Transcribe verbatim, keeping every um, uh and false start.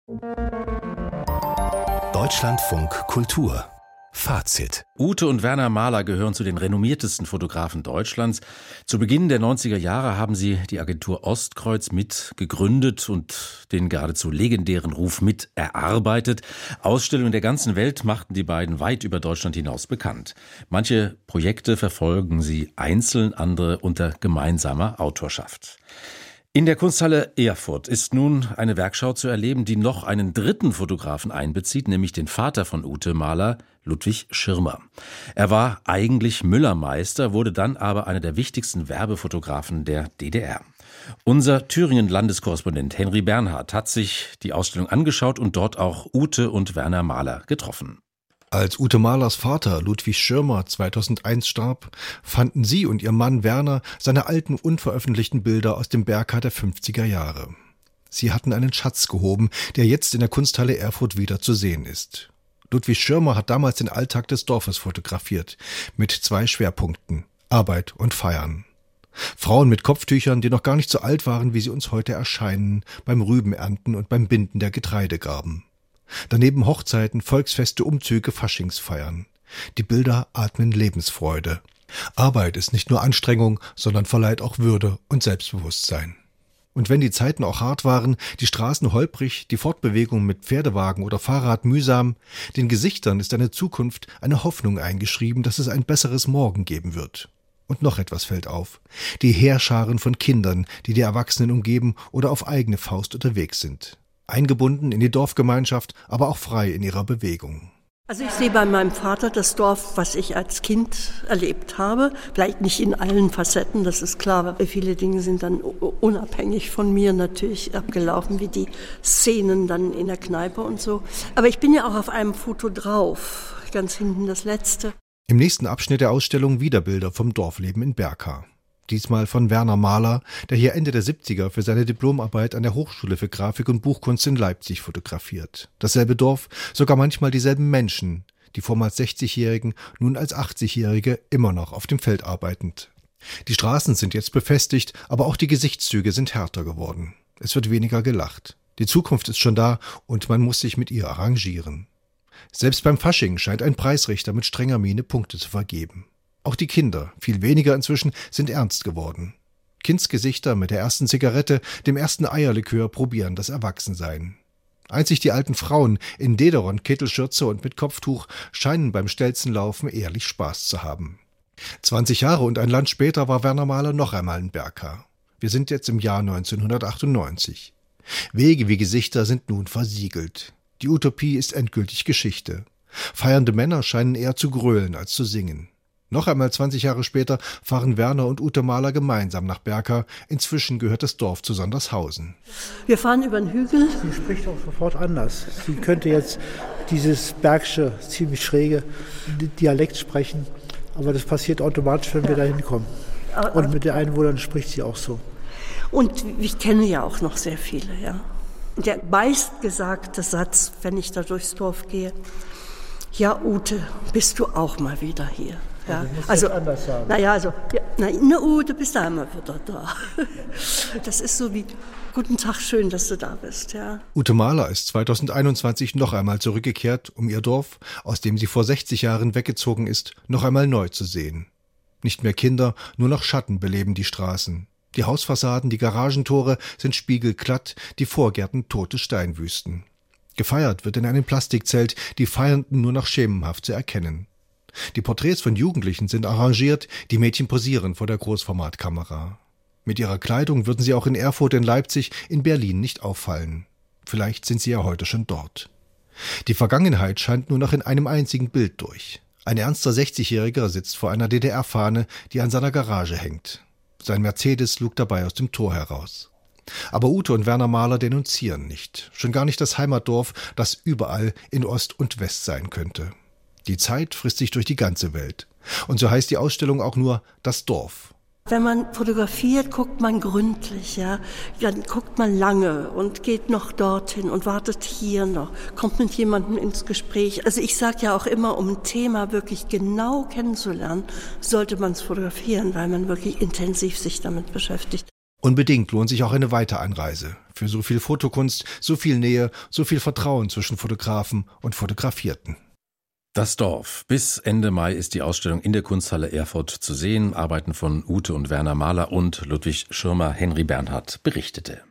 Deutschlandfunk Kultur Fazit. Ute und Werner Mahler gehören zu den renommiertesten Fotografen Deutschlands. Zu Beginn der neunziger Jahre haben sie die Agentur Ostkreuz mit gegründet und den geradezu legendären Ruf mit erarbeitet. Ausstellungen in der ganzen Welt machten die beiden weit über Deutschland hinaus bekannt. Manche Projekte verfolgen sie einzeln, andere unter gemeinsamer Autorschaft. In der Kunsthalle Erfurt ist nun eine Werkschau zu erleben, die noch einen dritten Fotografen einbezieht, nämlich den Vater von Ute Mahler, Ludwig Schirmer. Er war eigentlich Müllermeister, wurde dann aber einer der wichtigsten Werbefotografen der D D R. Unser Thüringen-Landeskorrespondent Henry Bernhard hat sich die Ausstellung angeschaut und dort auch Ute und Werner Mahler getroffen. Als Ute Mahlers Vater Ludwig Schirmer zweitausendeins starb, fanden sie und ihr Mann Werner seine alten unveröffentlichten Bilder aus dem Berghain der fünfziger Jahre. Sie hatten einen Schatz gehoben, der jetzt in der Kunsthalle Erfurt wieder zu sehen ist. Ludwig Schirmer hat damals den Alltag des Dorfes fotografiert, mit zwei Schwerpunkten: Arbeit und Feiern. Frauen mit Kopftüchern, die noch gar nicht so alt waren, wie sie uns heute erscheinen, beim Rübenernten und beim Binden der Getreidegarben. Daneben Hochzeiten, Volksfeste, Umzüge, Faschingsfeiern. Die Bilder atmen Lebensfreude. Arbeit ist nicht nur Anstrengung, sondern verleiht auch Würde und Selbstbewusstsein. Und wenn die Zeiten auch hart waren, die Straßen holprig, die Fortbewegung mit Pferdewagen oder Fahrrad mühsam, den Gesichtern ist eine Zukunft, eine Hoffnung eingeschrieben, dass es ein besseres Morgen geben wird. Und noch etwas fällt auf: die Heerscharen von Kindern, die die Erwachsenen umgeben oder auf eigene Faust unterwegs sind. Eingebunden in die Dorfgemeinschaft, aber auch frei in ihrer Bewegung. Also ich sehe bei meinem Vater das Dorf, was ich als Kind erlebt habe. Vielleicht nicht in allen Facetten, das ist klar, weil viele Dinge sind dann unabhängig von mir natürlich abgelaufen, wie die Szenen dann in der Kneipe und so. Aber ich bin ja auch auf einem Foto drauf, ganz hinten das letzte. Im nächsten Abschnitt der Ausstellung wieder Bilder vom Dorfleben in Berka. Diesmal von Werner Mahler, der hier Ende der siebziger für seine Diplomarbeit an der Hochschule für Grafik und Buchkunst in Leipzig fotografiert. Dasselbe Dorf, sogar manchmal dieselben Menschen, die vormals sechzigjährigen, nun als achtzigjährige immer noch auf dem Feld arbeitend. Die Straßen sind jetzt befestigt, aber auch die Gesichtszüge sind härter geworden. Es wird weniger gelacht. Die Zukunft ist schon da und man muss sich mit ihr arrangieren. Selbst beim Fasching scheint ein Preisrichter mit strenger Miene Punkte zu vergeben. Auch die Kinder, viel weniger inzwischen, sind ernst geworden. Kindsgesichter mit der ersten Zigarette, dem ersten Eierlikör probieren das Erwachsensein. Einzig die alten Frauen in Dederon, Kittelschürze und mit Kopftuch scheinen beim Stelzenlaufen ehrlich Spaß zu haben. zwanzig Jahre und ein Land später war Werner Mahler noch einmal in Berka. Wir sind jetzt im Jahr neunzehnhundertachtundneunzig. Wege wie Gesichter sind nun versiegelt. Die Utopie ist endgültig Geschichte. Feiernde Männer scheinen eher zu grölen als zu singen. Noch einmal zwanzig Jahre später fahren Werner und Ute Mahler gemeinsam nach Berka. Inzwischen gehört das Dorf zu Sondershausen. Wir fahren über den Hügel. Sie spricht auch sofort anders. Sie könnte jetzt dieses bergsche, ziemlich schräge Dialekt sprechen. Aber das passiert automatisch, wenn wir da hinkommen. Und mit den Einwohnern spricht sie auch so. Und ich kenne ja auch noch sehr viele, ja. Der meistgesagte Satz, wenn ich da durchs Dorf gehe: Ja, Ute, bist du auch mal wieder hier? Ja, also, anders sagen. Naja, also, ja, na, na Ute, bist du einmal wieder da. Das ist so wie: Guten Tag, schön, dass du da bist. Ja. Ute Mahler ist zweitausendeinundzwanzig noch einmal zurückgekehrt, um ihr Dorf, aus dem sie vor sechzig Jahren weggezogen ist, noch einmal neu zu sehen. Nicht mehr Kinder, nur noch Schatten beleben die Straßen. Die Hausfassaden, die Garagentore sind spiegelglatt, die Vorgärten tote Steinwüsten. Gefeiert wird in einem Plastikzelt, die Feiernden nur noch schemenhaft zu erkennen. Die Porträts von Jugendlichen sind arrangiert, die Mädchen posieren vor der Großformatkamera. Mit ihrer Kleidung würden sie auch in Erfurt, in Leipzig, in Berlin nicht auffallen. Vielleicht sind sie ja heute schon dort. Die Vergangenheit scheint nur noch in einem einzigen Bild durch. Ein ernster sechzigjähriger sitzt vor einer D D R-Fahne, die an seiner Garage hängt. Sein Mercedes lugt dabei aus dem Tor heraus. Aber Ute und Werner Mahler denunzieren nicht, schon gar nicht das Heimatdorf, das überall in Ost und West sein könnte. Die Zeit frisst sich durch die ganze Welt. Und so heißt die Ausstellung auch nur das Dorf. Wenn man fotografiert, guckt man gründlich, ja. Dann guckt man lange und geht noch dorthin und wartet hier noch, kommt mit jemandem ins Gespräch. Also ich sage ja auch immer, um ein Thema wirklich genau kennenzulernen, sollte man es fotografieren, weil man wirklich intensiv sich damit beschäftigt. Unbedingt lohnt sich auch eine Weiteranreise. für so viel Fotokunst, so viel Nähe, so viel Vertrauen zwischen Fotografen und Fotografierten. Das Dorf. Bis Ende Mai ist die Ausstellung in der Kunsthalle Erfurt zu sehen. Arbeiten von Ute und Werner Mahler und Ludwig Schirmer. Henry Bernhard berichtete.